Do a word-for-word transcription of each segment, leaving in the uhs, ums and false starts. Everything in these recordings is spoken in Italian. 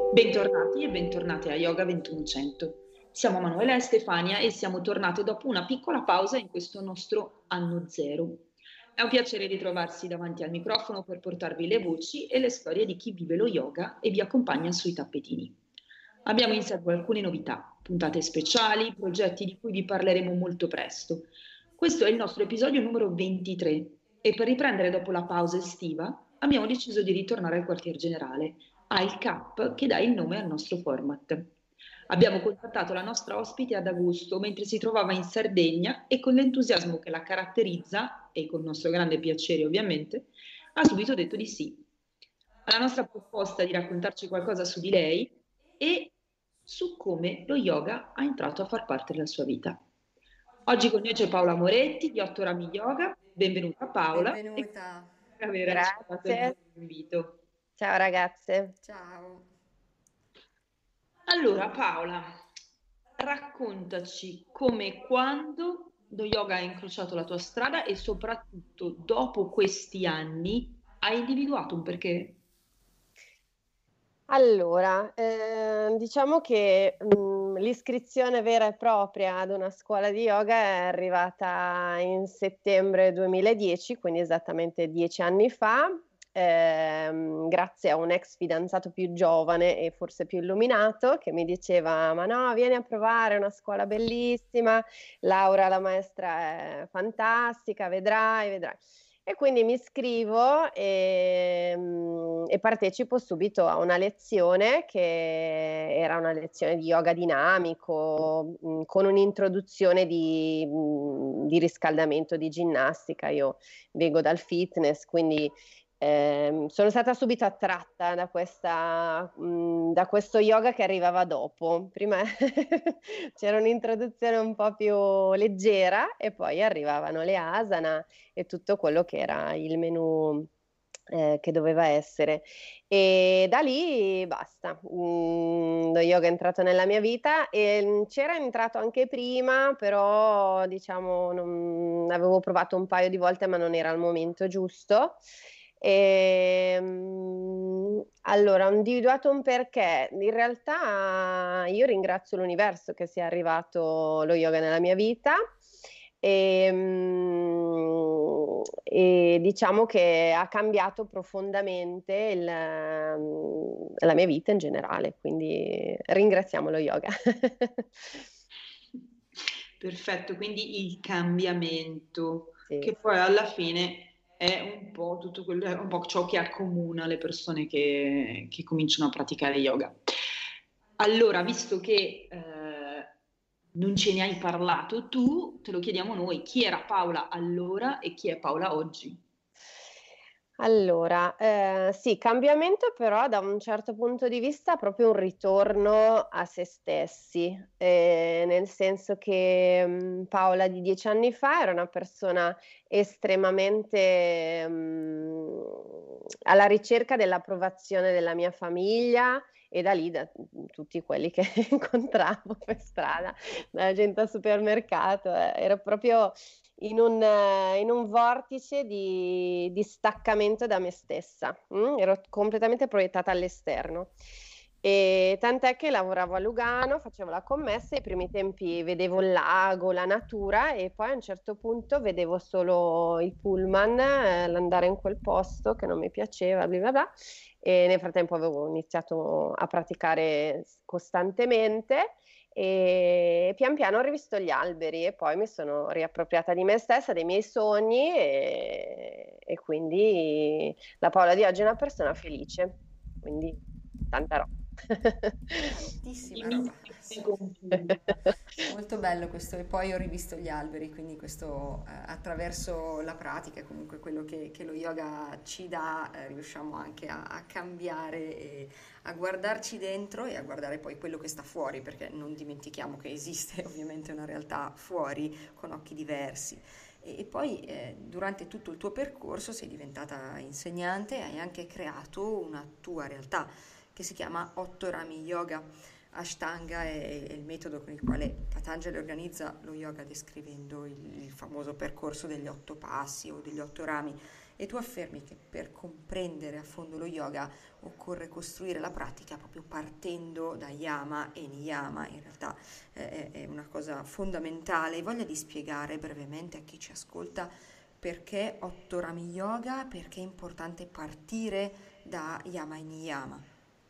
Bentornati e bentornate a Yoga ventuno-cento. Siamo Manuela e Stefania e siamo tornate dopo una piccola pausa in questo nostro anno zero. È un piacere ritrovarsi davanti al microfono per portarvi le voci e le storie di chi vive lo yoga e vi accompagna sui tappetini. Abbiamo in serbo alcune novità, puntate speciali, progetti di cui vi parleremo molto presto. Questo è il nostro episodio numero ventitré e per riprendere dopo la pausa estiva abbiamo deciso di ritornare al quartier generale, al C A P che dà il nome al nostro format. Abbiamo contattato la nostra ospite ad agosto mentre si trovava in Sardegna e con l'entusiasmo che la caratterizza, e con il nostro grande piacere ovviamente, ha subito detto di sì. Alla nostra proposta di raccontarci qualcosa su di lei e su come lo yoga ha entrato a far parte della sua vita. Oggi con noi c'è Paola Moretti di Otto Rami Yoga. Benvenuta Paola e grazie Benvenuta. per aver accettato il Grazie, nostro invito. ciao ragazze. Ciao. Allora Paola, raccontaci come e quando lo yoga ha incrociato la tua strada e soprattutto dopo questi anni hai individuato un perché? Allora, eh, diciamo che mh, l'iscrizione vera e propria ad una scuola di yoga è arrivata in settembre duemiladieci, quindi esattamente dieci anni fa, ehm, grazie a un ex fidanzato più giovane e forse più illuminato che mi diceva: ma no, vieni a provare, è una scuola bellissima, Laura la maestra è fantastica, vedrai, vedrai. E quindi mi iscrivo e, mm, e partecipo subito a una lezione che era una lezione di yoga dinamico, mm, con un'introduzione di, mm, di riscaldamento, di ginnastica. Io vengo dal fitness, quindi ehm, sono stata subito attratta da questa, mh, da questo yoga che arrivava dopo. Prima c'era un'introduzione un po' più leggera e poi arrivavano le asana e tutto quello che era il menù eh, che doveva essere. E da lì basta. Mm, lo yoga è entrato nella mia vita e mm, c'era entrato anche prima, però diciamo non, avevo provato un paio di volte, ma non era il momento giusto. E, mm, allora, ho individuato un perché. In realtà io ringrazio l'universo che sia arrivato lo yoga nella mia vita. E, mm, e diciamo che ha cambiato profondamente il, mm, la mia vita in generale, quindi ringraziamo lo yoga. Perfetto, quindi il cambiamento, Sì. che poi alla fine è un po' tutto quello, è un po' ciò che accomuna le persone che, che cominciano a praticare yoga. Allora, visto che eh, non ce ne hai parlato tu, te lo chiediamo noi, chi era Paola allora e chi è Paola oggi? Allora, eh, sì, cambiamento però da un certo punto di vista proprio un ritorno a se stessi, eh, nel senso che mh, Paola di dieci anni fa era una persona estremamente mh, alla ricerca dell'approvazione della mia famiglia e da lì da tutti quelli che incontravo per strada, dalla gente al supermercato, eh, era proprio in un, eh, in un vortice di, di staccamento da me stessa. mm? Ero completamente proiettata all'esterno. E tant'è che lavoravo a Lugano, facevo la commessa, e i primi tempi vedevo il lago, la natura e poi a un certo punto vedevo solo il pullman, eh, l'andare in quel posto che non mi piaceva, bla bla bla. E nel frattempo avevo iniziato a praticare costantemente e pian piano ho rivisto gli alberi e poi mi sono riappropriata di me stessa, dei miei sogni e, e quindi la Paola di oggi è una persona felice, quindi tanta roba. Tantissima roba, Immagine sì. compiuta. Molto bello questo. E poi ho rivisto gli alberi, quindi questo eh, attraverso la pratica, comunque quello che, che lo yoga ci dà, eh, riusciamo anche a, a cambiare e a guardarci dentro e a guardare poi quello che sta fuori, perché non dimentichiamo che esiste ovviamente una realtà fuori con occhi diversi. E, e poi eh, durante tutto il tuo percorso sei diventata insegnante e hai anche creato una tua realtà che si chiama Otto Rami Yoga. Ashtanga è, è il metodo con il quale Patanjali organizza lo yoga descrivendo il, il famoso percorso degli otto passi o degli otto rami. E tu affermi che per comprendere a fondo lo yoga occorre costruire la pratica proprio partendo da yama e niyama. In realtà eh, è una cosa fondamentale. Hai voglia di spiegare brevemente a chi ci ascolta perché otto rami yoga, perché è importante partire da yama e niyama?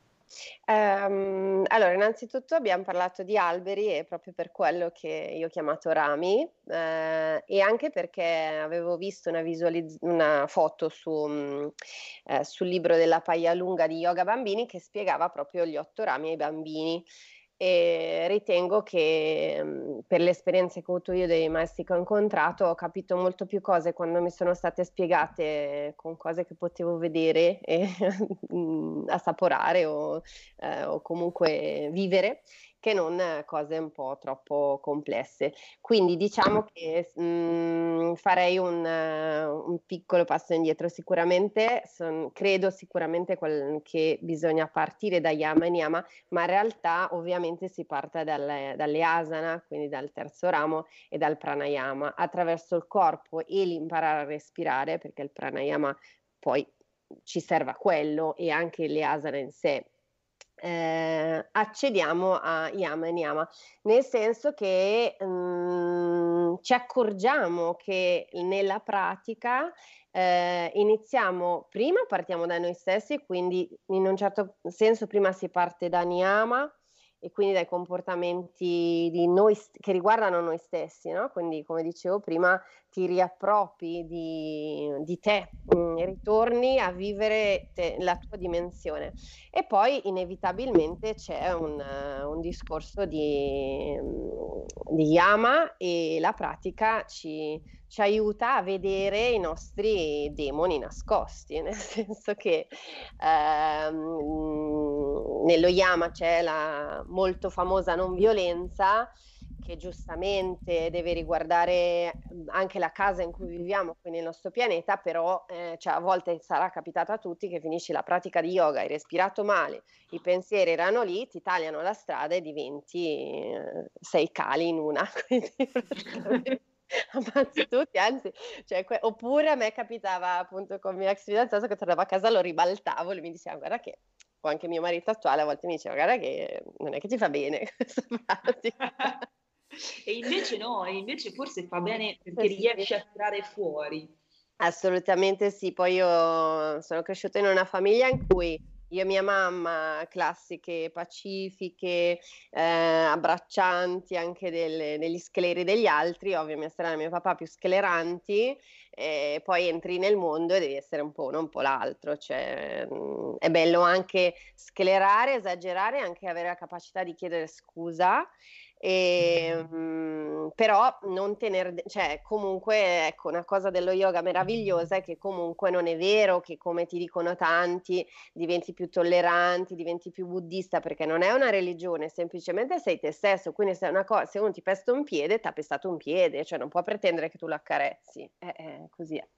Ehm, allora, innanzitutto abbiamo parlato di alberi e proprio per quello che io ho chiamato rami, eh, e anche perché avevo visto una, visualizz- una foto su, mh, eh, sul libro della Paglia Lunga di Yoga Bambini che spiegava proprio gli otto rami ai bambini. E ritengo che mh, per le esperienze che ho avuto io dei maestri che ho incontrato ho capito molto più cose quando mi sono state spiegate con cose che potevo vedere e mh, assaporare o eh, o comunque vivere, che non eh, cose un po' troppo complesse. Quindi diciamo che mh, farei un, eh, un piccolo passo indietro. Sicuramente, son- credo sicuramente quel- che bisogna partire da yama e niyama, ma in realtà ovviamente si parte dalle, dalle asana, quindi dal terzo ramo e dal pranayama, attraverso il corpo e l'imparare a respirare, perché il pranayama poi ci serve a quello e anche le asana in sé. Eh, accediamo a Yama e Niyama, nel senso che mm, ci accorgiamo che nella pratica eh, iniziamo, prima partiamo da noi stessi, quindi in un certo senso prima si parte da Niyama e quindi dai comportamenti di noi st- che riguardano noi stessi, no? Quindi come dicevo prima ti riappropri di, di te, mm, ritorni a vivere te- la tua dimensione. E poi inevitabilmente c'è un, eh, un discorso di, mm, di yama e la pratica ci, ci aiuta a vedere i nostri demoni nascosti, nel senso che ehm, nello yama c'è la molto famosa non violenza che giustamente deve riguardare anche la casa in cui viviamo qui nel nostro pianeta, però eh, cioè, a volte sarà capitato a tutti che finisci la pratica di yoga, hai respirato male, i pensieri erano lì, ti tagliano la strada e diventi eh, sei cali in una, quindi praticamente ammazzi tutti, anzi, cioè, que- oppure a me capitava appunto con mio ex fidanzato che tornava a casa, lo ribaltavo e lui mi diceva guarda che, o anche mio marito attuale a volte mi diceva guarda che non è che ti fa bene questa pratica. E invece no, e invece forse fa bene perché Eh sì. riesce a tirare fuori. Assolutamente sì, poi io sono cresciuta in una famiglia in cui io e mia mamma, classiche, pacifiche, eh, abbraccianti anche delle- degli scleri degli altri, ovvio mia sorella e mio papà più scleranti, e poi entri nel mondo e devi essere un po' uno, un po' l'altro, cioè mh, è bello anche sclerare, esagerare, anche avere la capacità di chiedere scusa. E, mh, però non tenere, cioè comunque ecco una cosa dello yoga meravigliosa è che comunque non è vero che come ti dicono tanti diventi più tolleranti, diventi più buddista perché non è una religione, semplicemente sei te stesso, quindi se, una cosa, se uno ti pesta un piede ti ha pestato un piede, cioè non può pretendere che tu lo accarezzi, eh, eh, così è.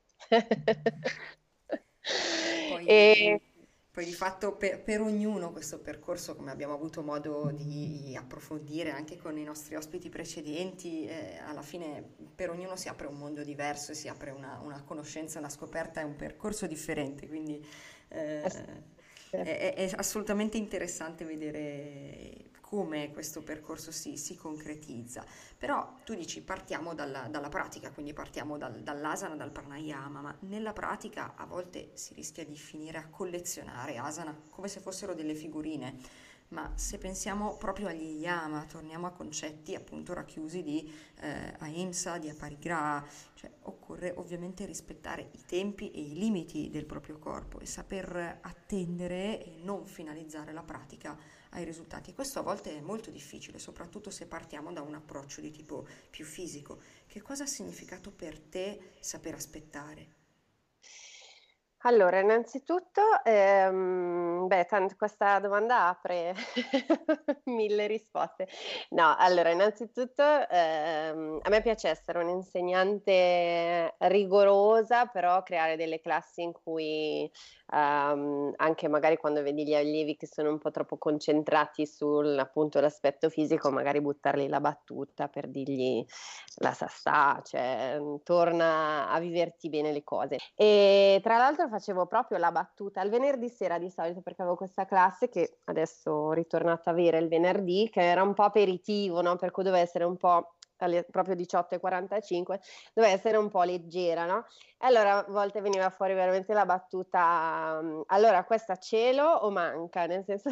Poi, E, poi di fatto per, per ognuno questo percorso, come abbiamo avuto modo di approfondire anche con i nostri ospiti precedenti, eh, alla fine per ognuno si apre un mondo diverso e si apre una, una conoscenza, una scoperta e un percorso differente, quindi eh, è, è assolutamente interessante vedere come questo percorso si, si concretizza. Però tu dici partiamo dalla, dalla pratica, quindi partiamo dal, dall'asana, dal pranayama, ma nella pratica a volte si rischia di finire a collezionare asana come se fossero delle figurine. Ma se pensiamo proprio agli yama, torniamo a concetti appunto racchiusi di eh, ahimsa, di aparigraha, cioè occorre ovviamente rispettare i tempi e i limiti del proprio corpo e saper attendere e non finalizzare la pratica ai risultati. Questo a volte è molto difficile, soprattutto se partiamo da un approccio di tipo più fisico. Che cosa ha significato per te saper aspettare? Allora, innanzitutto, ehm, beh, tant- questa domanda apre mille risposte. No, allora, innanzitutto, ehm, a me piace essere un'insegnante rigorosa, però creare delle classi in cui, ehm, anche magari quando vedi gli allievi che sono un po' troppo concentrati sul, appunto, l'aspetto fisico, magari buttargli la battuta per dirgli la sa sta, cioè, mm, torna a viverti bene le cose. E tra l'altro facevo proprio la battuta il venerdì sera di solito, perché avevo questa classe che adesso ho ritornato a avere il venerdì, che era un po' aperitivo, no? Per cui doveva essere un po' alle proprio diciotto e quarantacinque, doveva essere un po' leggera, no? E allora a volte veniva fuori veramente la battuta, mm, allora questa cielo o manca? Nel senso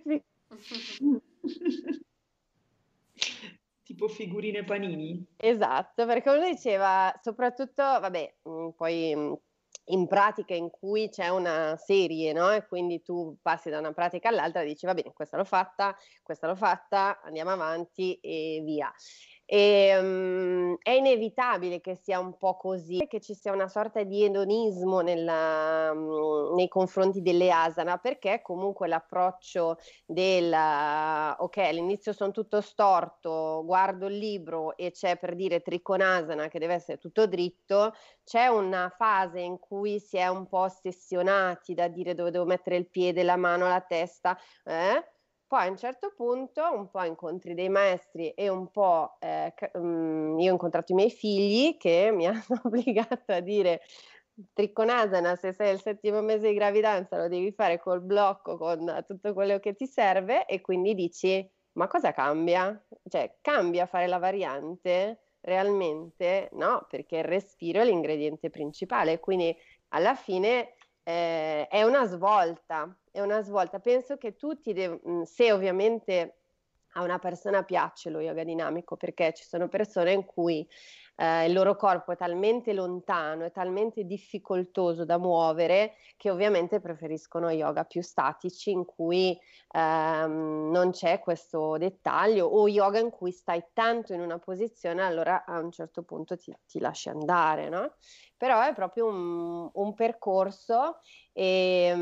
Tipo figurine panini. Esatto, perché uno diceva, soprattutto, vabbè, mh, poi mh, in pratiche in cui c'è una serie, no? E quindi tu passi da una pratica all'altra e dici, va bene, questa l'ho fatta, questa l'ho fatta, andiamo avanti e via. E, mh, è inevitabile che sia un po' così, che ci sia una sorta di edonismo nella, mh, nei confronti delle asana, perché comunque l'approccio del ok, all'inizio sono tutto storto, guardo il libro e c'è, per dire, Trikonasana che deve essere tutto dritto, c'è una fase in cui si è un po' ossessionati da dire dove devo mettere il piede, la mano, la testa, eh? Poi a un certo punto, un po' incontri dei maestri e un po' eh, ca- mm, io ho incontrato i miei figli che mi hanno obbligato a dire Trikonasana, se sei al settimo mese di gravidanza lo devi fare col blocco, con tutto quello che ti serve, e quindi dici, ma cosa cambia? Cioè, cambia fare la variante? Realmente no, perché il respiro è l'ingrediente principale, quindi alla fine eh, è una svolta, è una svolta. Penso che tutti, dev- se ovviamente a una persona piace lo yoga dinamico, perché ci sono persone in cui eh, il loro corpo è talmente lontano, è talmente difficoltoso da muovere che ovviamente preferiscono yoga più statici in cui ehm, non c'è questo dettaglio, o yoga in cui stai tanto in una posizione, allora a un certo punto ti, ti lasci andare, no? Però è proprio un, un percorso e,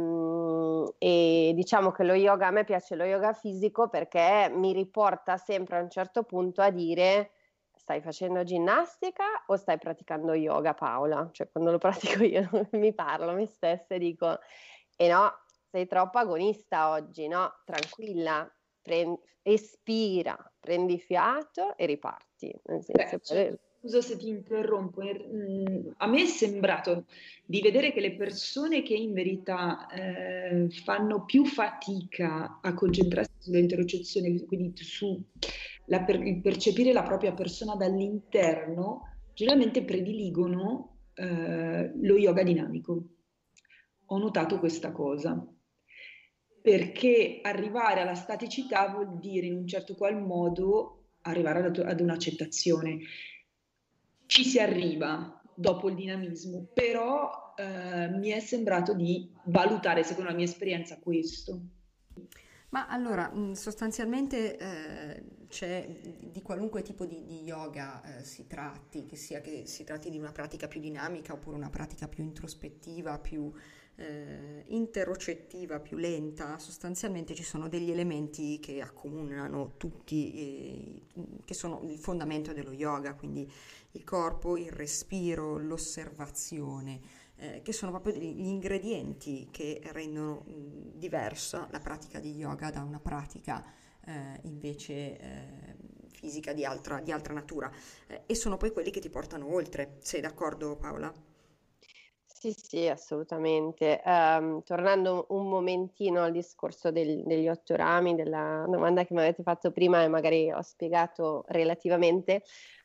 mm, e diciamo che lo yoga, a me piace lo yoga fisico perché mi riporta sempre a un certo punto a dire stai facendo ginnastica o stai praticando yoga, Paola? Cioè quando lo pratico io mi parlo a me stessa e dico e no, sei troppo agonista oggi, no? Tranquilla, prendi, espira, prendi fiato e riparti. Nel senso, Beh, certo, scusa se ti interrompo, er- mm, a me è sembrato di vedere che le persone che in verità eh, fanno più fatica a concentrarsi sull'interocezione, quindi su la per- il percepire la propria persona dall'interno, generalmente prediligono eh, lo yoga dinamico. Ho notato questa cosa, perché arrivare alla staticità vuol dire in un certo qual modo arrivare ad, ad un'accettazione. Ci si arriva dopo il dinamismo, però eh, mi è sembrato di valutare, secondo la mia esperienza, questo. Ma allora, mh, sostanzialmente eh, c'è di di qualunque tipo di, di yoga eh, si tratti, che sia che si tratti di una pratica più dinamica oppure una pratica più introspettiva, più eh, interocettiva, più lenta, sostanzialmente ci sono degli elementi che accomunano tutti, eh, che sono il fondamento dello yoga, quindi il corpo, il respiro, l'osservazione eh, che sono proprio gli ingredienti che rendono mh, diversa la pratica di yoga da una pratica eh, invece eh, fisica di altra, di altra natura. Eh, e sono poi quelli che ti portano oltre. Sei d'accordo, Paola? sì, sì, assolutamente. Ehm, tornando un momentino al discorso del- degli otto rami, della domanda che mi avete fatto prima e magari ho spiegato relativamente,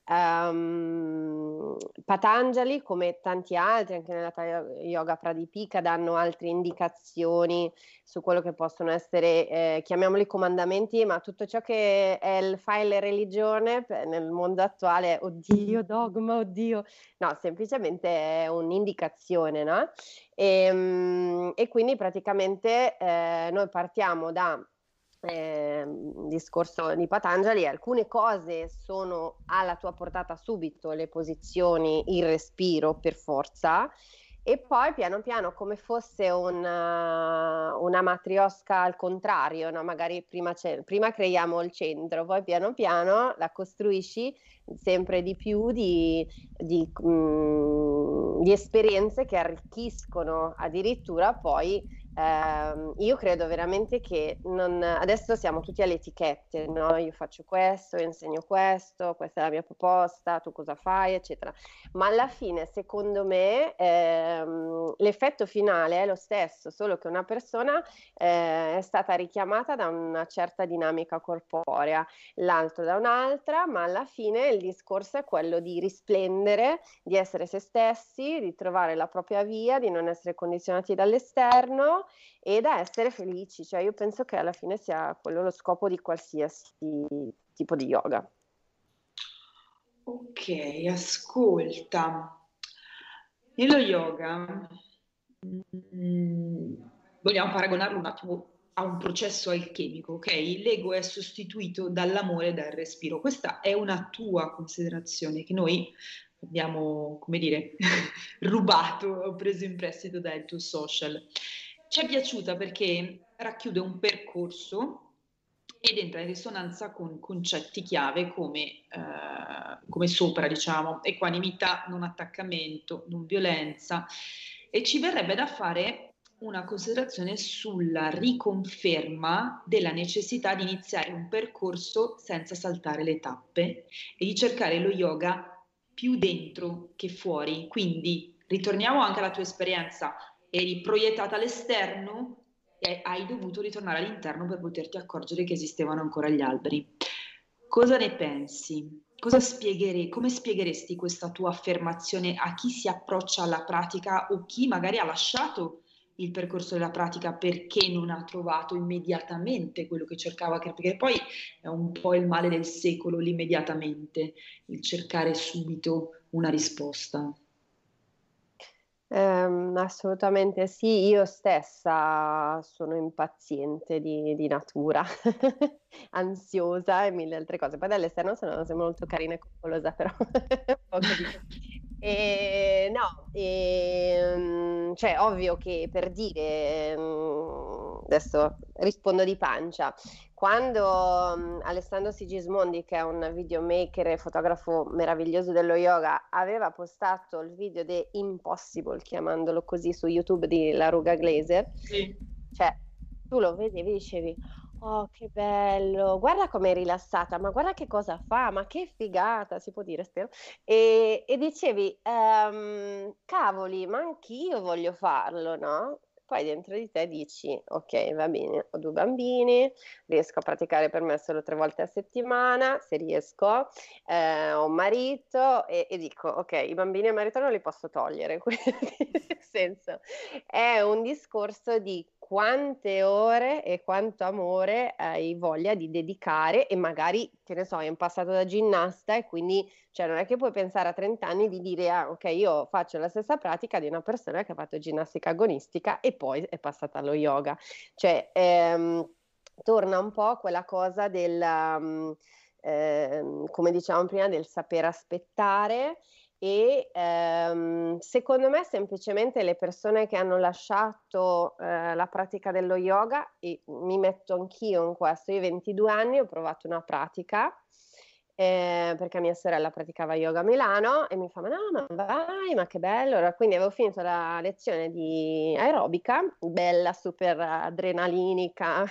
ehm, Patanjali, come tanti altri, anche nella Hatha Yoga Pradipika, danno altre indicazioni su quello che possono essere, eh, chiamiamoli comandamenti, ma tutto ciò che è il file religione per- nel mondo attuale, oddio, dogma, oddio. No, semplicemente è un'indicazione, no? E, mm, e quindi praticamente eh, noi partiamo da eh, un discorso di Patanjali, alcune cose sono alla tua portata subito, le posizioni, il respiro per forza, E poi piano piano, come fosse una, una matriosca al contrario, no? Magari prima, prima creiamo il centro, poi piano piano la costruisci sempre di più di, di, mh, di esperienze che arricchiscono addirittura poi. Eh, io credo veramente che non, adesso siamo tutti alle etichette, no? Io faccio questo, io insegno questo, questa è la mia proposta, tu cosa fai, eccetera. Ma alla fine, secondo me, ehm, l'effetto finale è lo stesso, solo che una persona eh, è stata richiamata da una certa dinamica corporea, l'altro da un'altra, ma alla fine il discorso è quello di risplendere, di essere se stessi, di trovare la propria via, di non essere condizionati dall'esterno e da essere felici. Cioè, io penso che alla fine sia quello lo scopo di qualsiasi tipo di yoga. Ok, ascolta. Nello yoga mh, vogliamo paragonarlo un attimo a un processo alchemico, ok? L'ego è sostituito dall'amore e dal respiro. Questa è una tua considerazione che noi abbiamo, come dire, rubato o preso in prestito dal tuo social. Ci è piaciuta perché racchiude un percorso ed entra in risonanza con concetti chiave come, eh, come sopra, diciamo, equanimità, non attaccamento, non violenza, e ci verrebbe da fare una considerazione sulla riconferma della necessità di iniziare un percorso senza saltare le tappe e di cercare lo yoga più dentro che fuori. Quindi ritorniamo anche alla tua esperienza, eri proiettata all'esterno e hai dovuto ritornare all'interno per poterti accorgere che esistevano ancora gli alberi. Cosa ne pensi? Cosa spieghere, come spiegheresti questa tua affermazione a chi si approccia alla pratica o chi magari ha lasciato il percorso della pratica perché non ha trovato immediatamente quello che cercava? Perché poi è un po' il male del secolo, l'immediatamente, il cercare subito una risposta. Um, assolutamente sì, io stessa sono impaziente di, di natura, ansiosa e mille altre cose. Poi dall'esterno sono, sono molto carina e coccolosa, però poco di e, no, e, um, cioè ovvio che per dire, um, adesso rispondo di pancia, quando um, Alessandro Sigismondi, che è un videomaker e fotografo meraviglioso dello yoga, aveva postato il video di Impossible, chiamandolo così, su YouTube di La Ruga Glaser, Sì. cioè tu lo vedevi e dicevi oh che bello, guarda com'è rilassata, ma guarda che cosa fa, ma che figata, si può dire spero, e, e dicevi ehm, cavoli, ma anch'io voglio farlo, no? Poi dentro di te dici ok, va bene, ho due bambini, riesco a praticare per me solo tre volte a settimana, se riesco, eh, ho un marito e, e dico ok, i bambini e il marito non li posso togliere, quindi nel senso è un discorso di quante ore e quanto amore hai voglia di dedicare e magari, che ne so, hai un passato da ginnasta e quindi cioè, non è che puoi pensare a trenta anni di dire ah ok, io faccio la stessa pratica di una persona che ha fatto ginnastica agonistica e poi è passata allo yoga. Cioè, ehm, torna un po' quella cosa del, um, ehm, come dicevamo prima, del saper aspettare e ehm, secondo me semplicemente le persone che hanno lasciato eh, la pratica dello yoga, e mi metto anch'io in questo, io ho ventidue anni, ho provato una pratica eh, perché mia sorella praticava yoga a Milano e mi fa ma no, ma vai, ma che bello, allora, quindi avevo finito la lezione di aerobica, bella, super adrenalinica,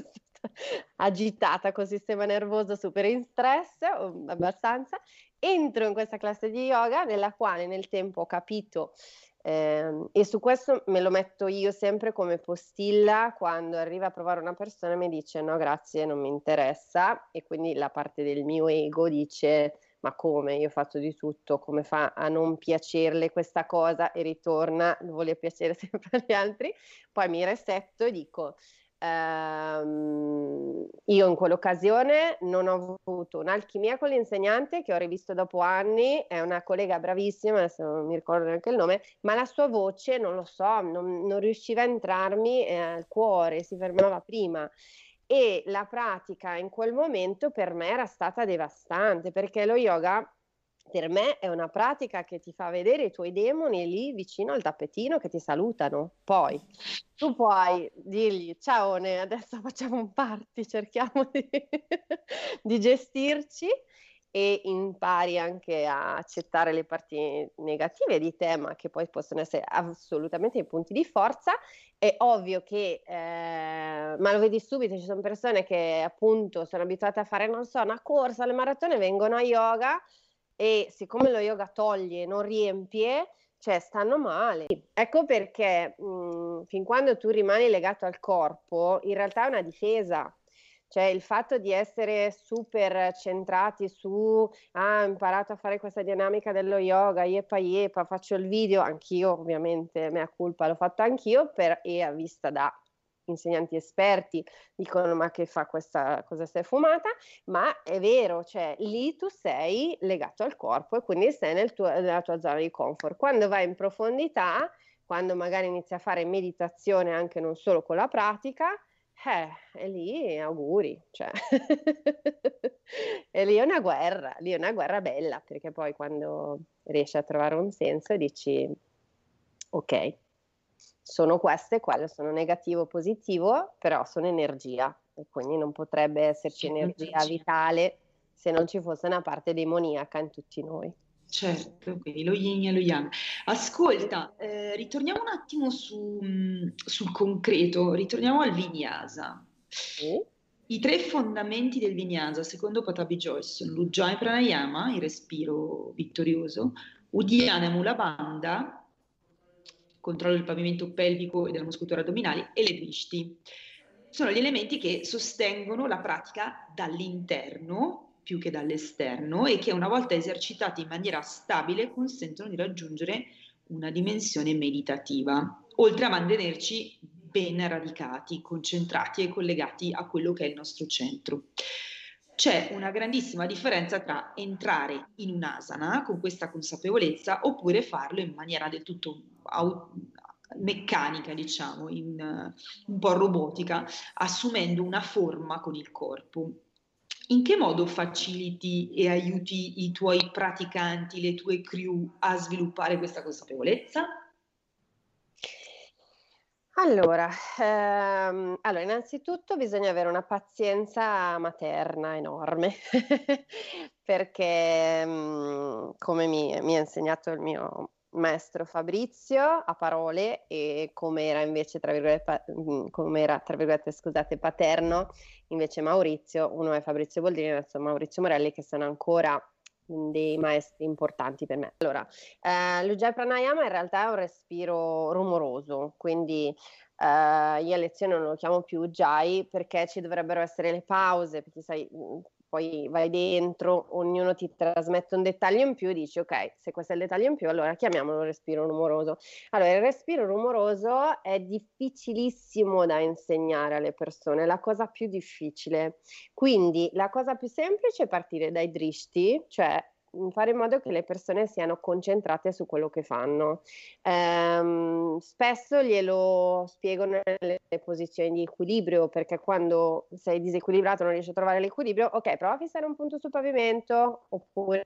agitata col sistema nervoso, super in stress, abbastanza. Entro in questa classe di yoga nella quale nel tempo ho capito eh, e su questo me lo metto io sempre come postilla quando arriva a provare una persona e mi dice no grazie, non mi interessa, e quindi la parte del mio ego dice ma come, io ho fatto di tutto, come fa a non piacerle questa cosa, e ritorna, vuole piacere sempre agli altri. Poi mi resetto e dico ehm, io in quell'occasione non ho avuto un'alchimia con l'insegnante che ho rivisto dopo anni, è una collega bravissima, adesso non mi ricordo neanche il nome, ma la sua voce non lo so, non, non riusciva a entrarmi eh, al cuore, si fermava prima. E la pratica in quel momento per me era stata devastante perché lo yoga per me è una pratica che ti fa vedere i tuoi demoni lì vicino al tappetino che ti salutano. Poi tu puoi dirgli ciao, adesso facciamo un party, cerchiamo di, di gestirci, e impari anche a accettare le parti negative di te, ma che poi possono essere assolutamente i punti di forza. È ovvio che, eh, ma lo vedi subito, ci sono persone che appunto sono abituate a fare, non so, una corsa, le maratone, vengono a yoga e siccome lo yoga toglie, non riempie, cioè stanno male. Ecco perché mh, fin quando tu rimani legato al corpo, in realtà è una difesa. Cioè il fatto di essere super centrati su ah, ho imparato a fare questa dinamica dello yoga, yepa yepa, faccio il video, anch'io ovviamente, mea culpa, l'ho fatto anch'io per, e a vista da insegnanti esperti dicono ma che fa questa cosa, stai fumata, ma è vero, cioè lì tu sei legato al corpo e quindi sei nel tuo, nella tua zona di comfort. Quando vai in profondità, quando magari inizi a fare meditazione anche non solo con la pratica, eh, e lì auguri, cioè e lì è una guerra, lì è una guerra bella, perché poi quando riesci a trovare un senso dici ok, sono queste, quelle sono negativo o positivo, però sono energia e quindi non potrebbe esserci energia vitale se non ci fosse una parte demoniaca in tutti noi. Certo, quindi lo yin e lo yang. Ascolta, eh, ritorniamo un attimo su, mh, sul concreto, ritorniamo al vinyasa. Sì. I tre fondamenti del vinyasa, secondo Patabi Joyce, sono l'Ujjayi Pranayama, il respiro vittorioso, Uddiyana Mula Bandha, controllo del pavimento pelvico e della muscolatura addominali, e le drishti. Sono gli elementi che sostengono la pratica dall'interno più che dall'esterno e che una volta esercitati in maniera stabile consentono di raggiungere una dimensione meditativa, oltre a mantenerci ben radicati, concentrati e collegati a quello che è il nostro centro. C'è una grandissima differenza tra entrare in un'asana con questa consapevolezza oppure farlo in maniera del tutto meccanica, diciamo, in, un po' robotica, assumendo una forma con il corpo. In che modo faciliti e aiuti i tuoi praticanti, le tue crew a sviluppare questa consapevolezza? Allora, ehm, allora, innanzitutto bisogna avere una pazienza materna enorme, perché mh, come mi, mi ha insegnato il mio maestro Fabrizio a parole, e come era invece, tra virgolette, pa- mh, come era, tra virgolette, scusate, paterno, invece Maurizio, uno è Fabrizio Boldrini, l'altro è Maurizio Morelli, che sono ancora dei maestri importanti per me. Allora, eh, l'Ujjayi Pranayama in realtà è un respiro rumoroso, quindi eh, io a lezione non lo chiamo più Ujjayi perché ci dovrebbero essere le pause, perché sai, poi vai dentro, ognuno ti trasmette un dettaglio in più e dici ok, se questo è il dettaglio in più allora chiamiamolo respiro rumoroso. Allora, il respiro rumoroso è difficilissimo da insegnare alle persone, è la cosa più difficile. Quindi la cosa più semplice è partire dai drishti, cioè fare in modo che le persone siano concentrate su quello che fanno. Ehm, spesso glielo spiego nelle posizioni di equilibrio, perché quando sei disequilibrato non riesci a trovare l'equilibrio, ok, prova a fissare un punto sul pavimento, oppure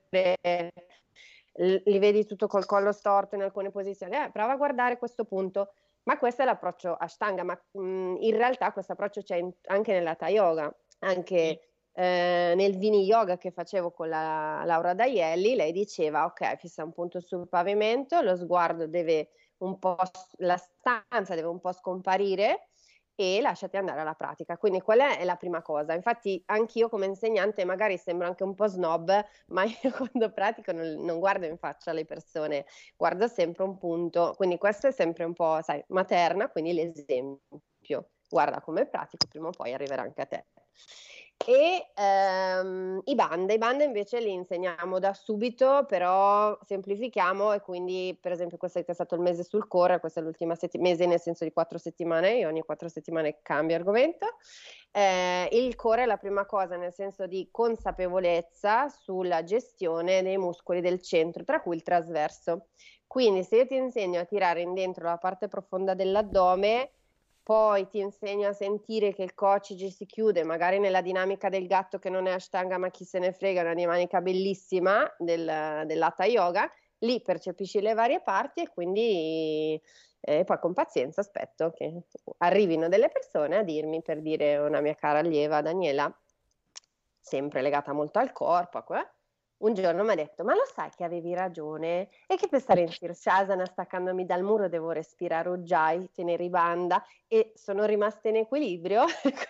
li vedi tutto col collo storto in alcune posizioni, eh, prova a guardare questo punto. Ma questo è l'approccio Ashtanga, ma mh, in realtà questo approccio c'è in, anche nell'Hatha Yoga, anche eh, nel Vini Yoga che facevo con la Laura Daielli, lei diceva ok, fissa un punto sul pavimento, lo sguardo deve un po', la stanza deve un po' scomparire e lasciati andare alla pratica. Quindi quella è la prima cosa. Infatti anch'io come insegnante magari sembro anche un po' snob, ma io quando pratico non, non guardo in faccia le persone, guardo sempre un punto. Quindi questo è sempre un po', sai, materna, quindi l'esempio. Guarda come pratico, prima o poi arriverà anche a te. E ehm, i bande, i bande invece li insegniamo da subito, però semplifichiamo e quindi per esempio questo è stato il mese sul core, questa è l'ultima settimana, mese nel senso di quattro settimane, io ogni quattro settimane cambio argomento. Eh, il core è la prima cosa nel senso di consapevolezza sulla gestione dei muscoli del centro, tra cui il trasverso. Quindi se io ti insegno a tirare in dentro la parte profonda dell'addome, poi ti insegno a sentire che il coccyge si chiude, magari nella dinamica del gatto che non è Ashtanga ma chi se ne frega, una dinamica bellissima del, dell'Hatha Yoga, lì percepisci le varie parti e quindi eh, poi con pazienza aspetto che arrivino delle persone a dirmi, per dire una mia cara allieva Daniela, sempre legata molto al corpo, eh? Un giorno mi ha detto, ma lo sai che avevi ragione e che per stare in Sirsasana staccandomi dal muro devo respirare Ujjayi, tenere i banda e sono rimasta in equilibrio.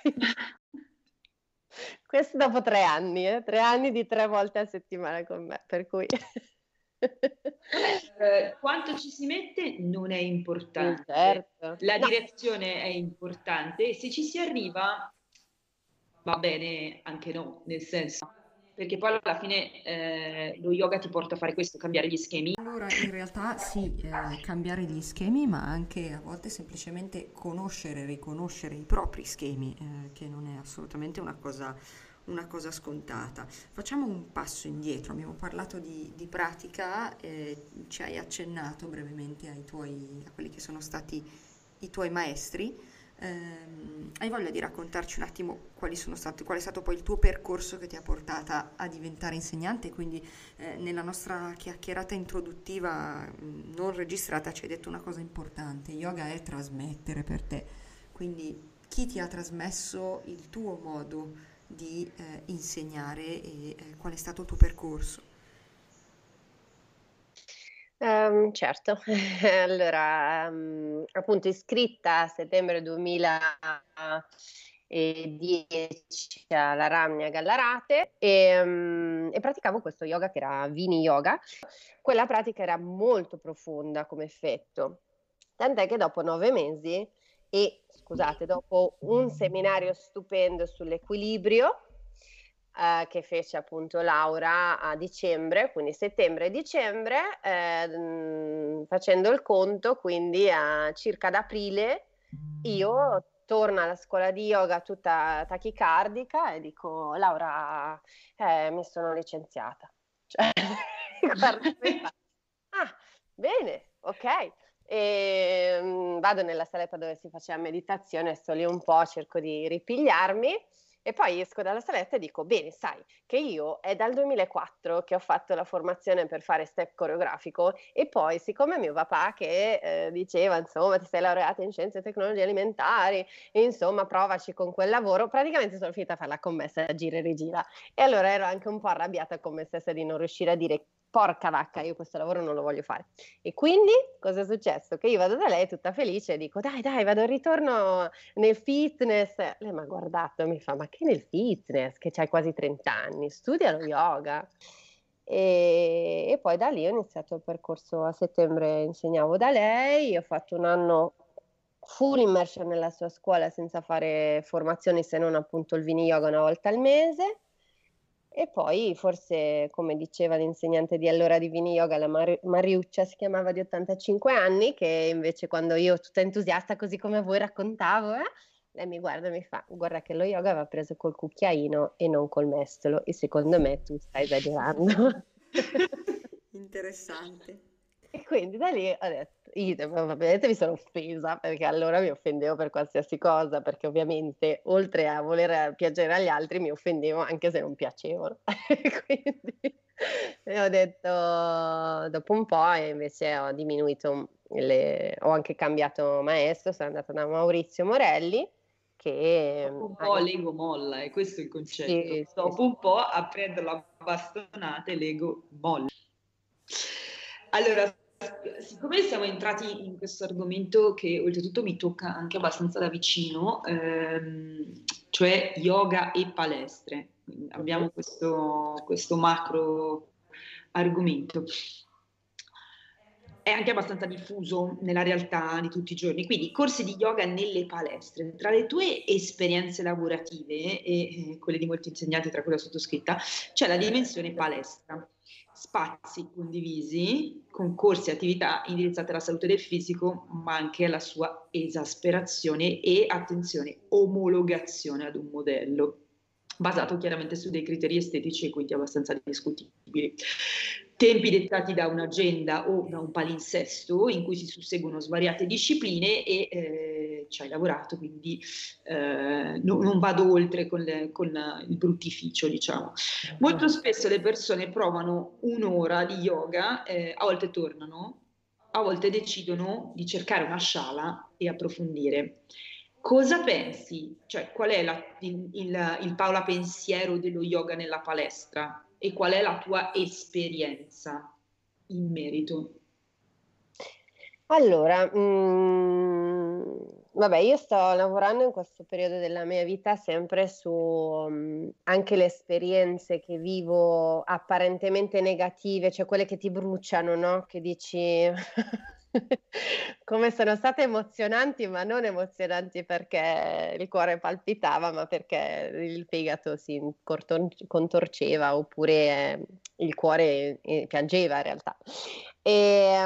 Questo dopo tre anni, eh? tre anni di tre volte a settimana con me, per cui... eh, quanto ci si mette non è importante, certo. la No. direzione è importante e se ci si arriva va bene anche no, nel senso, perché poi alla fine eh, lo yoga ti porta a fare questo, cambiare gli schemi. Allora, in realtà sì, eh, cambiare gli schemi, ma anche a volte semplicemente conoscere, riconoscere i propri schemi, eh, che non è assolutamente una cosa, una cosa scontata. Facciamo un passo indietro, abbiamo parlato di, di pratica, eh, ci hai accennato brevemente ai tuoi, a quelli che sono stati i tuoi maestri. Ehm, hai voglia di raccontarci un attimo quali sono stati, qual è stato poi il tuo percorso che ti ha portata a diventare insegnante? Quindi eh, nella nostra chiacchierata introduttiva mh, non registrata ci hai detto una cosa importante: yoga è trasmettere per te, quindi chi ti ha trasmesso il tuo modo di eh, insegnare e eh, qual è stato il tuo percorso? Um, certo, allora um, appunto iscritta a settembre duemiladieci alla Ramnia Gallarate e, um, e praticavo questo yoga che era Vini Yoga. Quella pratica era molto profonda come effetto, tant'è che dopo nove mesi e scusate, dopo un seminario stupendo sull'equilibrio, Uh, che fece appunto Laura a dicembre, quindi settembre e dicembre, eh, mh, facendo il conto, quindi a circa ad aprile io torno alla scuola di yoga tutta tachicardica e dico: Laura, eh, mi sono licenziata. Cioè, guarda, ah, bene, ok. E, mh, vado nella saletta dove si faceva meditazione, sto lì un po', cerco di ripigliarmi. E poi esco dalla saletta e dico, bene, sai che io è dal duemilaquattro che ho fatto la formazione per fare step coreografico e poi siccome mio papà che eh, diceva, insomma, ti sei laureata in scienze e tecnologie alimentari, e, insomma, provaci con quel lavoro, praticamente sono finita a fare la commessa a gira e rigira. E allora ero anche un po' arrabbiata con me stessa di non riuscire a dire, porca vacca, io questo lavoro non lo voglio fare. E quindi cosa è successo? Che io vado da lei tutta felice e dico, dai, dai, vado al ritorno nel fitness. Lei mi ha guardato e mi fa, ma che nel fitness? Che c'hai quasi trenta anni, studia lo yoga. E, e poi da lì ho iniziato il percorso a settembre, insegnavo da lei, ho fatto un anno full immersion nella sua scuola senza fare formazioni se non appunto il Vini Yoga una volta al mese. E poi forse, come diceva l'insegnante di allora di Vini Yoga, la Mar- Mariuccia si chiamava, di ottantacinque anni, che invece quando io tutta entusiasta così come voi raccontavo, eh, lei mi guarda e mi fa, guarda che lo yoga va preso col cucchiaino e non col mestolo e secondo me tu stai esagerando. Interessante. E quindi da lì ho detto, io ovviamente mi sono offesa perché allora mi offendevo per qualsiasi cosa, perché ovviamente oltre a voler piacere agli altri mi offendevo anche se non piacevano. Quindi ho detto, dopo un po' invece ho diminuito, le, ho anche cambiato maestro, sono andata da Maurizio Morelli che... Dopo un po' l'ego molla, e questo è il concetto. Sì, sì, Dopo un po' a prendere la bastonata e l'ego molla. Allora, siccome siamo entrati in questo argomento che oltretutto mi tocca anche abbastanza da vicino, ehm, cioè yoga e palestre, quindi abbiamo questo, questo macro argomento. È anche abbastanza diffuso nella realtà di tutti i giorni, quindi corsi di yoga nelle palestre. Tra le tue esperienze lavorative e eh, quelle di molti insegnanti, tra cui la sottoscritta, c'è la dimensione palestra. Spazi condivisi con corsi e attività indirizzate alla salute del fisico, ma anche alla sua esasperazione e, attenzione, omologazione ad un modello, basato chiaramente su dei criteri estetici e quindi abbastanza discutibili. tempi dettati da un'agenda o da un palinsesto in cui si susseguono svariate discipline e eh, ci hai lavorato, quindi eh, no, non vado oltre con, le, con il bruttificio, diciamo. Molto spesso le persone provano un'ora di yoga, eh, a volte tornano, a volte decidono di cercare una shala e approfondire. Cosa pensi? Cioè, qual è la, il, il, il Paola pensiero dello yoga nella palestra e qual è la tua esperienza in merito? Allora, mm, vabbè, io sto lavorando in questo periodo della mia vita sempre su mm, anche le esperienze che vivo apparentemente negative, cioè quelle che ti bruciano, no? Che dici come sono state emozionanti, ma non emozionanti perché il cuore palpitava, ma perché il fegato si corton- contorceva oppure eh, il cuore eh, piangeva in realtà. E,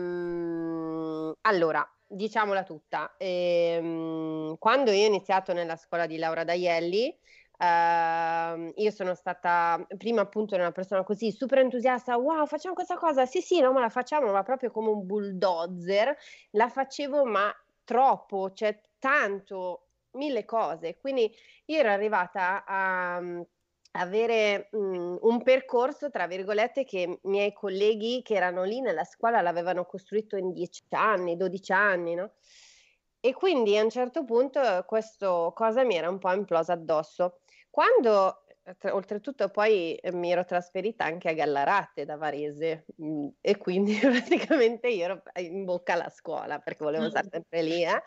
um, allora, diciamola tutta, ehm, quando io ho iniziato nella scuola di Laura D'Aielli, ehm, io sono stata prima appunto una persona così super entusiasta, wow, facciamo questa cosa, sì sì, no, ma la facciamo, ma proprio come un bulldozer, la facevo ma troppo, cioè tanto, mille cose, quindi io ero arrivata a avere mh, un percorso, tra virgolette, che i miei colleghi che erano lì nella scuola l'avevano costruito in dieci anni, dodici anni, no? E quindi a un certo punto questa cosa mi era un po' implosa addosso. Quando, tra- oltretutto, poi eh, mi ero trasferita anche a Gallarate da Varese mh, e quindi praticamente io ero in bocca alla scuola perché volevo stare sempre lì, eh.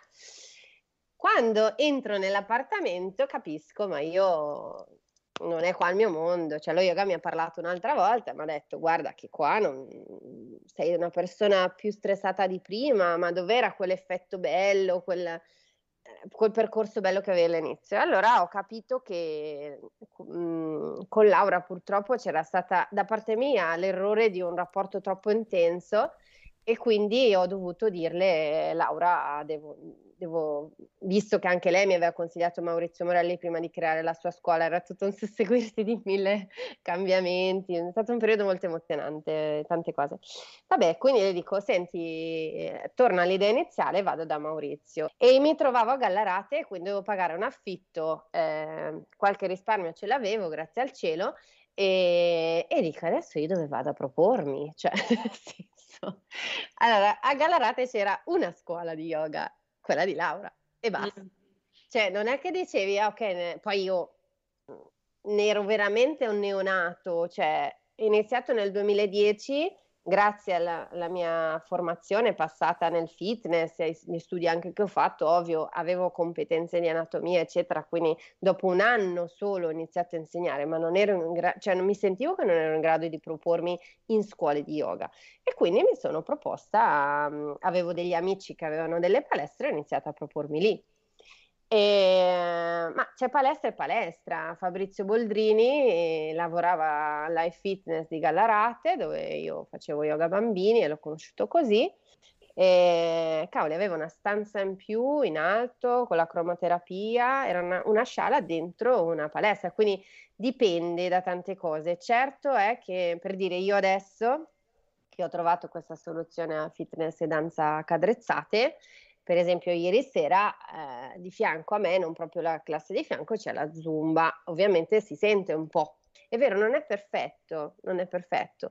Quando entro nell'appartamento capisco, ma io non è qua il mio mondo, cioè lo yoga mi ha parlato un'altra volta, mi ha detto guarda che qua non, sei una persona più stressata di prima, ma dov'era quell'effetto bello, quel, eh, quel percorso bello che avevi all'inizio? Allora ho capito che mh, con Laura purtroppo c'era stata da parte mia l'errore di un rapporto troppo intenso e quindi ho dovuto dirle Laura, devo, devo, visto che anche lei mi aveva consigliato Maurizio Morelli prima di creare la sua scuola, era tutto un susseguirsi di mille cambiamenti, è stato un periodo molto emozionante, tante cose. Vabbè, quindi le dico, senti, eh, torna all'idea iniziale, vado da Maurizio. E mi trovavo a Gallarate, quindi dovevo pagare un affitto, eh, qualche risparmio ce l'avevo, grazie al cielo, e, e dico, adesso io dove vado a propormi? Cioè, nel senso... Allora, a Gallarate c'era una scuola di yoga, quella di Laura, e basta. Cioè, non è che dicevi, ah, ok, ne- poi io ne ero veramente un neonato, cioè, ho iniziato nel duemiladieci, grazie alla, alla mia formazione passata nel fitness, e agli studi anche che ho fatto, ovvio, avevo competenze di anatomia, eccetera, quindi dopo un anno solo ho iniziato a insegnare, ma non ero in grado, cioè non mi sentivo che non ero in grado di propormi in scuole di yoga. E quindi mi sono proposta, um, avevo degli amici che avevano delle palestre e ho iniziato a propormi lì. E, ma c'è palestra e palestra. Fabrizio Boldrini eh, lavorava al Life Fitness di Gallarate, dove io facevo yoga bambini e l'ho conosciuto così. E, cavoli, aveva una stanza in più in alto con la cromoterapia, era una, una sala dentro una palestra, quindi dipende da tante cose. Certo è che, per dire, io adesso che ho trovato questa soluzione a fitness e danza cadrezzate, per esempio ieri sera eh, di fianco a me, non proprio la classe di fianco, c'è la Zumba, ovviamente si sente un po'. È vero, non è perfetto, non è perfetto,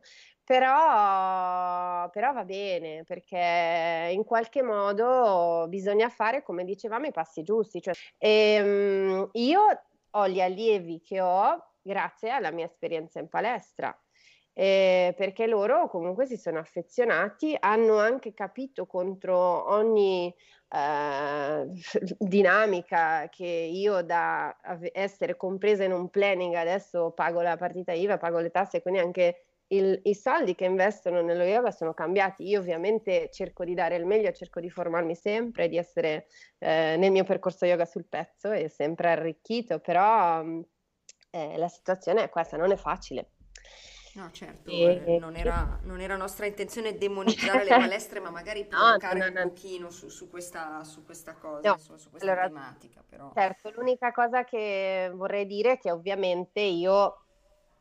però, però va bene, perché in qualche modo bisogna fare, come dicevamo, i passi giusti. Cioè, ehm, io ho gli allievi che ho grazie alla mia esperienza in palestra. Eh, perché loro comunque si sono affezionati, hanno anche capito contro ogni eh, dinamica che io da ave- essere compresa in un planning adesso pago la partita I V A, pago le tasse, quindi anche il- i soldi che investono nello yoga sono cambiati. Io ovviamente cerco di dare il meglio, cerco di formarmi sempre, di essere eh, nel mio percorso yoga sul pezzo e sempre arricchito, però mh, eh, la situazione è questa, non è facile. No, certo, eh, E... non era, non era nostra intenzione demonizzare le palestre, ma magari No, provocare no, un no, no. pochino su, su questa, su questa cosa, No. insomma, su questa Allora, tematica, però. certo, l'unica cosa che vorrei dire è che ovviamente io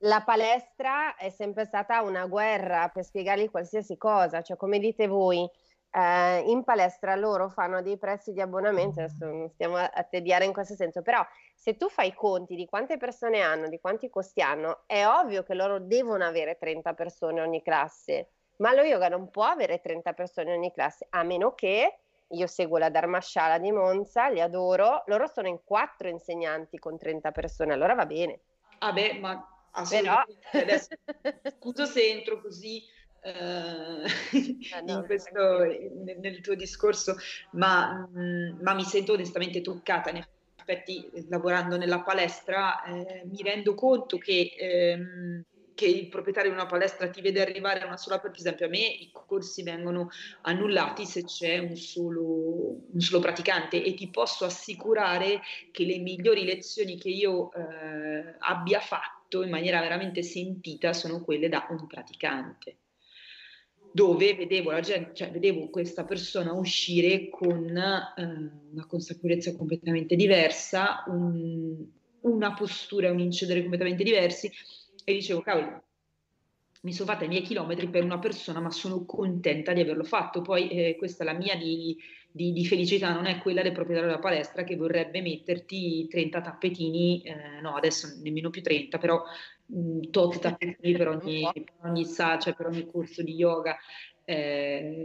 la palestra è sempre stata una guerra per spiegargli qualsiasi cosa, cioè come dite voi, eh, in palestra loro fanno dei prezzi di abbonamento, adesso non stiamo a, a tediare in questo senso, però se tu fai i conti di quante persone hanno, di quanti costi hanno, è ovvio che loro devono avere trenta persone ogni classe, ma lo yoga non può avere trenta persone ogni classe, a meno che io seguo la Dharmashala di Monza, li adoro, loro sono in quattro insegnanti con trenta persone, allora va bene. Ah beh, ma Però assolutamente. Adesso scuso se entro così eh, eh no, in questo, in- nel tuo discorso, ma, mh, ma mi sento onestamente toccata. In effetti, eh, lavorando nella palestra, eh, mi rendo conto che, ehm, che il proprietario di una palestra ti vede arrivare a una sola, per esempio a me i corsi vengono annullati se c'è un solo, un solo praticante, e ti posso assicurare che le migliori lezioni che io eh, abbia fatto in maniera veramente sentita sono quelle da un praticante, dove vedevo la gente, cioè vedevo questa persona uscire con eh, una consapevolezza completamente diversa, un- una postura e un incedere completamente diversi, e dicevo, cavolo, mi sono fatta i miei chilometri per una persona, ma sono contenta di averlo fatto. Poi eh, questa è la mia di, di- di felicità, non è quella del proprietario della palestra che vorrebbe metterti trenta tappetini, eh, no, adesso nemmeno più trenta, però mh, tot tappetini per un ogni, po'. per ogni sa- cioè per ogni corso di yoga. Eh,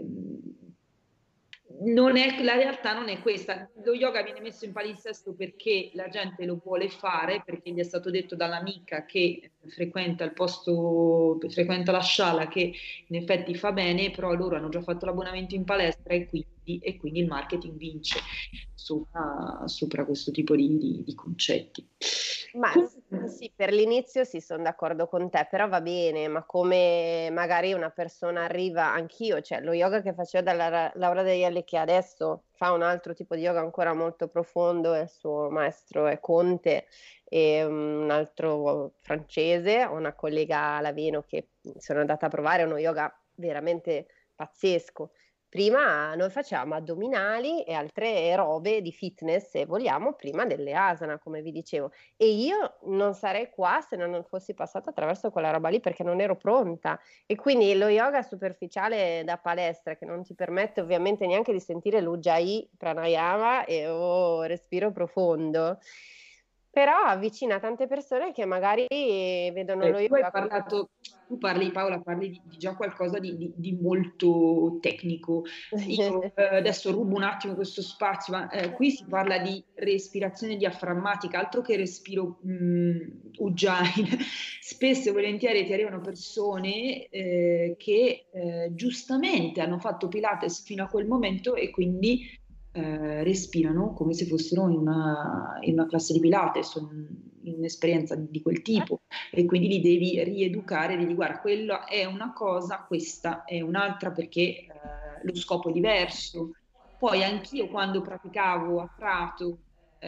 non è, la realtà non è questa. Lo yoga viene messo in palinsesto perché la gente lo vuole fare, perché gli è stato detto dall'amica che frequenta il posto, frequenta la sciala, che in effetti fa bene, però loro hanno già fatto l'abbonamento in palestra, e quindi, e quindi il marketing vince sopra, sopra questo tipo di, di- di concetti. Ma s- sì, per l'inizio sì, sono d'accordo con te, però va bene, ma come magari una persona arriva, anch'io, cioè lo yoga che facevo dalla Ra- Laura Daielli, che adesso fa un altro tipo di yoga ancora molto profondo, e il suo maestro è Conte, e un altro francese, ho una collega a Laveno che sono andata a provare, uno yoga veramente pazzesco. Prima noi facciamo addominali e altre robe di fitness, se vogliamo, prima delle asana, come vi dicevo. E io non sarei qua se non fossi passata attraverso quella roba lì, perché non ero pronta. E quindi lo yoga superficiale da palestra, che non ti permette ovviamente neanche di sentire l'ujjayi, pranayama e o respiro profondo, però avvicina tante persone che magari vedono lo Eh, tu hai yoga come... parlato, tu parli, Paola, parli di, di già qualcosa di, di- di molto tecnico. Io eh, adesso rubo un attimo questo spazio, ma eh, qui si parla di respirazione diaframmatica, altro che respiro mh, ujjayi. Spesso e volentieri ti arrivano persone eh, che eh, giustamente hanno fatto Pilates fino a quel momento, e quindi eh, respirano come se fossero in una, in una classe di Pilates, o in in un'esperienza di quel tipo, e quindi li devi rieducare, devi guarda, quello è una cosa, questa è un'altra, perché eh, lo scopo è diverso. Poi anch'io, quando praticavo a Prato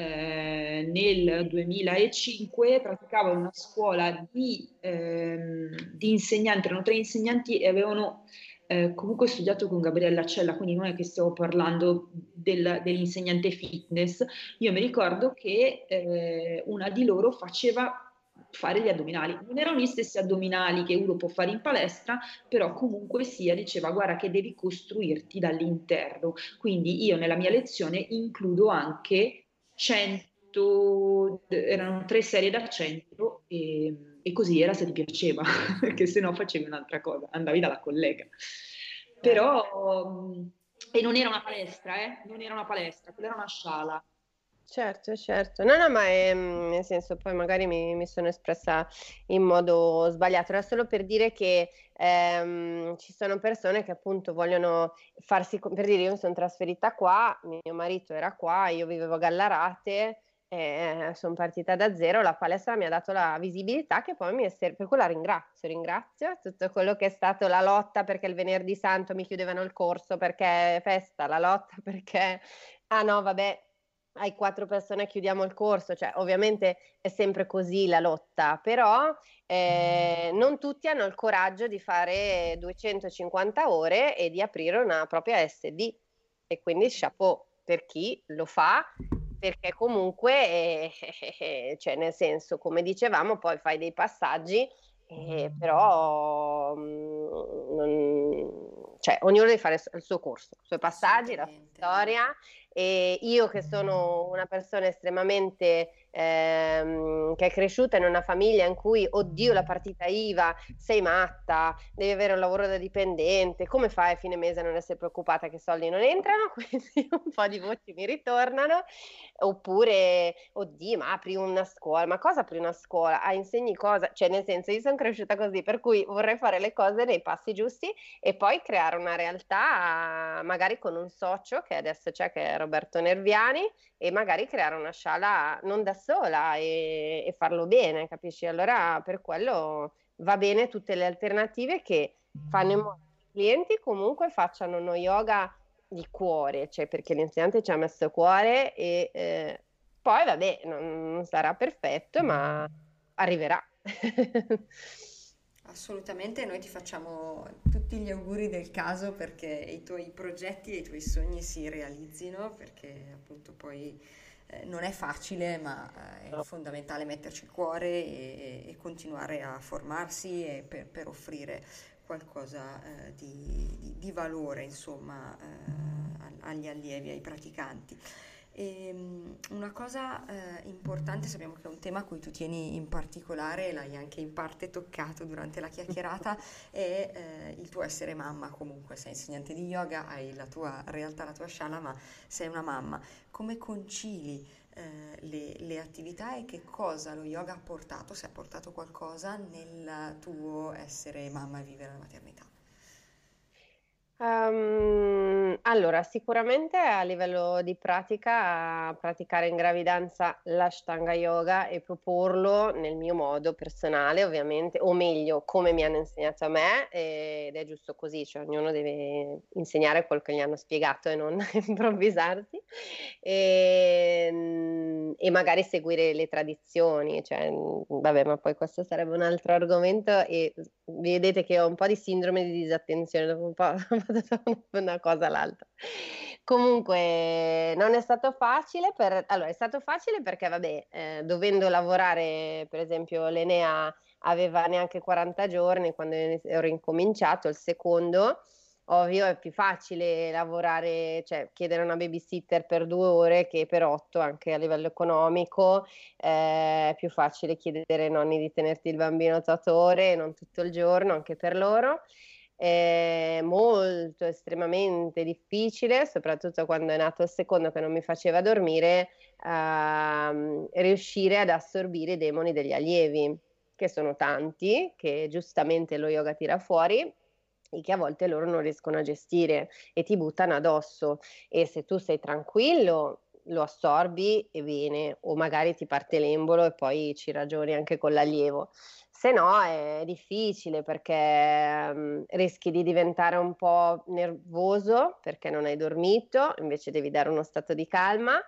eh, nel duemilacinque, praticavo in una scuola di, ehm, di insegnanti, erano tre insegnanti e avevano eh, comunque studiato con Gabriella Cella, quindi non è che stiamo parlando del- dell'insegnante fitness. Io mi ricordo che eh, una di loro faceva fare gli addominali. Non erano gli stessi addominali che uno può fare in palestra, però comunque sia, diceva guarda che devi costruirti dall'interno. Quindi io nella mia lezione includo anche cento, erano tre serie da cento, e, e così era se ti piaceva, perché se no facevi un'altra cosa, andavi dalla collega. Però, e non era una palestra, eh? Non era una palestra, quella era una sciala. Certo, certo. No, no, ma è, mm, nel senso, poi magari mi, mi sono espressa in modo sbagliato. Era solo per dire che ehm, ci sono persone che appunto vogliono farsi, co- per dire, io mi sono trasferita qua, mio marito era qua, io vivevo a Gallarate, eh, sono partita da zero, la palestra mi ha dato la visibilità che poi mi è servita, per cui la ringrazio, ringrazio tutto quello che è stato la lotta perché il venerdì santo mi chiudevano il corso, perché è festa, la lotta perché, ah no, vabbè, hai quattro persone, chiudiamo il corso, cioè ovviamente è sempre così la lotta, però eh, non tutti hanno il coraggio di fare duecentocinquanta ore e di aprire una propria S D, e quindi chapeau per chi lo fa, perché comunque, eh, eh, eh, cioè nel senso, come dicevamo, poi fai dei passaggi, eh, però mm, non- cioè, ognuno deve fare il suo corso, i suoi passaggi, la sua Assolutamente. storia. E io che sono una persona estremamente ehm, che è cresciuta in una famiglia in cui, oddio, la partita I V A, sei matta, devi avere un lavoro da dipendente, come fai a fine mese a non essere preoccupata che i soldi non entrano? Quindi un po' di voci mi ritornano. Oppure, oddio, ma apri una scuola, ma cosa apri una scuola? Ah, insegni cosa? Cioè, nel senso, io sono cresciuta così, per cui vorrei fare le cose nei passi giusti e poi creare una realtà, magari con un socio che adesso c'è, che è Roberto Nerviani, e magari creare una sala non da sola e, e farlo bene, capisci? Allora, per quello va bene tutte le alternative che fanno in modo che i clienti comunque facciano uno yoga di cuore, cioè perché l'insegnante ci ha messo cuore e eh, poi vabbè, non, non sarà perfetto, ma arriverà. Assolutamente, noi ti facciamo tutti gli auguri del caso perché i tuoi progetti e i tuoi sogni si realizzino, perché appunto poi eh, non è facile, ma eh, è fondamentale metterci il cuore e, e continuare a formarsi e per, per offrire qualcosa eh, di, di- di valore, insomma, eh, agli allievi, ai praticanti. E, mm, una cosa eh, importante, sappiamo che è un tema a cui tu tieni in particolare, l'hai anche in parte toccato durante la chiacchierata, è eh, il tuo essere mamma. Comunque sei insegnante di yoga, hai la tua realtà, la tua shala, ma sei una mamma. Come concili eh, le, le attività e che cosa lo yoga ha portato, se ha portato qualcosa nel tuo essere mamma e vivere la maternità? Ehm, allora, sicuramente a livello di pratica, praticare in gravidanza l'Ashtanga Yoga e proporlo nel mio modo personale, ovviamente, o meglio, come mi hanno insegnato a me, ed è giusto così, cioè ognuno deve insegnare quello che gli hanno spiegato e non improvvisarsi, e, e magari seguire le tradizioni, cioè, vabbè, ma poi questo sarebbe un altro argomento e vedete che ho un po' di sindrome di disattenzione, dopo un po' vado da una cosa all'altra. Comunque non è stato facile per... Allora, è stato facile perché, vabbè, eh, dovendo lavorare, per esempio, l'Enea aveva neanche quaranta giorni quando ero incominciato, il secondo, ovvio è più facile lavorare, cioè chiedere una babysitter per due ore che per otto, anche a livello economico, eh, è più facile chiedere ai nonni di tenerti il bambino otto ore, non tutto il giorno, anche per loro. È molto, estremamente difficile, soprattutto quando è nato il secondo che non mi faceva dormire, ehm, riuscire ad assorbire i demoni degli allievi, che sono tanti, che giustamente lo yoga tira fuori e che a volte loro non riescono a gestire e ti buttano addosso. E se tu sei tranquillo, lo assorbi e bene, o magari ti parte l'embolo e poi ci ragioni anche con l'allievo. Se no è difficile perché um, rischi di diventare un po' nervoso perché non hai dormito, invece devi dare uno stato di calma,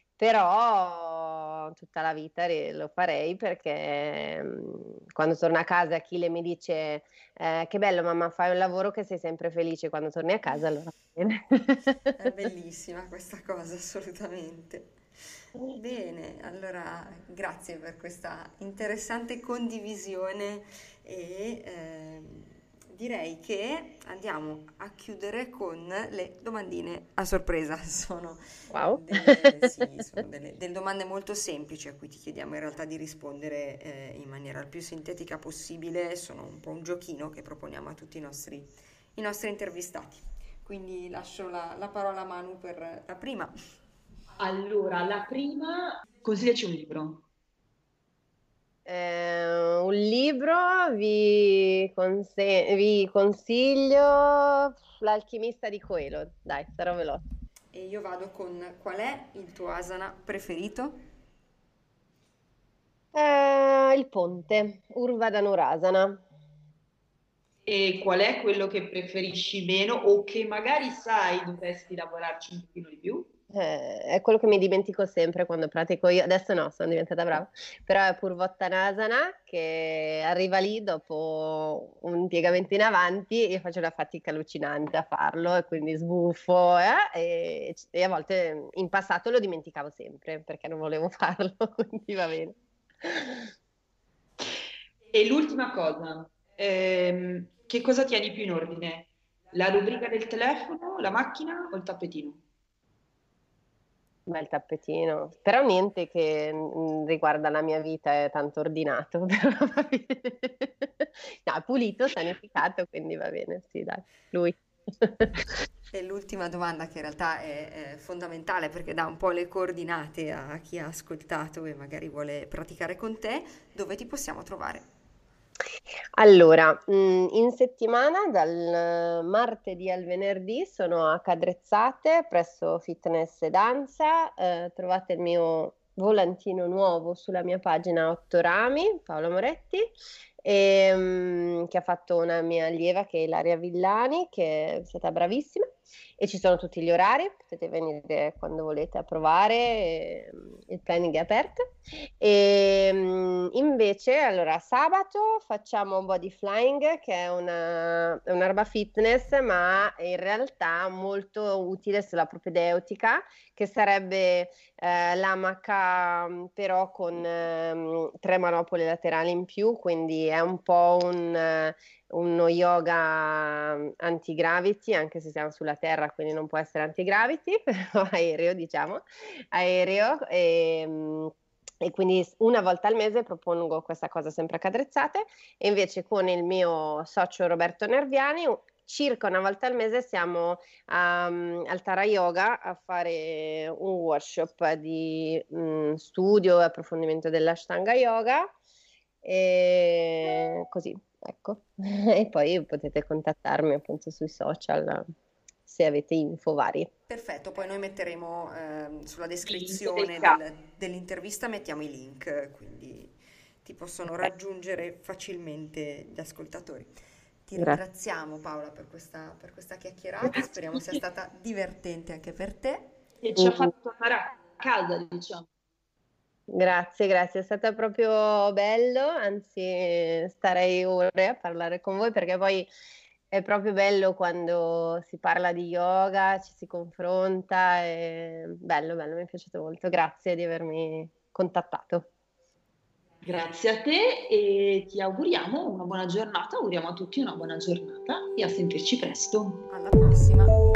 però tutta la vita lo farei perché um, quando torno a casa Achille mi dice eh, che bello mamma, fai un lavoro che sei sempre felice quando torni a casa, allora va bene. È bellissima questa cosa, assolutamente. Bene, allora grazie per questa interessante condivisione e ehm, direi che andiamo a chiudere con le domandine a sorpresa. Sono Wow. delle, sì, sono delle, delle domande molto semplici a cui ti chiediamo in realtà di rispondere eh, in maniera il più sintetica possibile. Sono un po' un giochino che proponiamo a tutti i nostri, i nostri intervistati. Quindi lascio la, la parola a Manu per la prima. Allora, la prima, consigliaci un libro. Eh, un libro vi, conse- vi consiglio L'alchimista di Coelho, dai, sarò veloce. E io vado con qual è il tuo asana preferito? Eh, il ponte, Urva Dhanurasana. E qual è quello che preferisci meno o che magari sai dovresti lavorarci un pochino di più? Eh, è quello che mi dimentico sempre quando pratico io. Adesso no, sono diventata brava, però è Purvottanasana che arriva lì dopo un piegamento in avanti. Io faccio una fatica allucinante a farlo e quindi sbuffo eh, e, e a volte in passato lo dimenticavo sempre perché non volevo farlo, quindi va bene. E l'ultima cosa, ehm, che cosa tieni più in ordine? La rubrica del telefono, la macchina o il tappetino? Bel tappetino, però niente che mm, riguarda la mia vita è tanto ordinato, però va bene. No, è pulito, sanificato, quindi va bene, sì, dai, lui. E l'ultima domanda che in realtà è, è fondamentale perché dà un po' le coordinate a chi ha ascoltato e magari vuole praticare con te, dove ti possiamo trovare? Allora, mh, in settimana dal martedì al venerdì sono a Cadrezzate presso Fitness e Danza. Eh, trovate il mio volantino nuovo sulla mia pagina Otto Rami, Paola Moretti, e, mh, che ha fatto una mia allieva che è Ilaria Villani, che è stata bravissima. E ci sono tutti gli orari, potete venire quando volete a provare, e, mh, il planning è aperto. E mh, invece, allora, sabato facciamo body flying, che è una, è un'erba fitness, ma in realtà molto utile sulla propedeutica, che sarebbe eh, l'amaca mh, però con ehm, tre manopole laterali in più, quindi è un po' un, eh, uno yoga mh, anti-gravity, anche se siamo sulla terra, quindi non può essere anti-gravity, però aereo, diciamo, aereo. E, mh, e quindi una volta al mese propongo questa cosa sempre a Cadrezzate e invece con il mio socio Roberto Nerviani circa una volta al mese siamo a, al Tara Yoga a fare un workshop di mh, studio e approfondimento dell'Ashtanga Yoga e così, ecco. E poi potete contattarmi appunto sui social se avete info varie. Perfetto, poi noi metteremo ehm, sulla Link del descrizione caso. del- dell'intervista, mettiamo i link, quindi ti possono raggiungere facilmente gli ascoltatori. Ti Grazie. ringraziamo Paola per questa, per questa chiacchierata, speriamo sia stata divertente anche per te. E ci ha fatto tornare a casa, diciamo. Grazie, grazie, è stato proprio bello, anzi starei ore a parlare con voi perché poi è proprio bello quando si parla di yoga, ci si confronta, è bello, bello, mi è piaciuto molto, grazie di avermi contattato. Grazie a te e ti auguriamo una buona giornata, auguriamo a tutti una buona giornata e a sentirci presto. Alla prossima!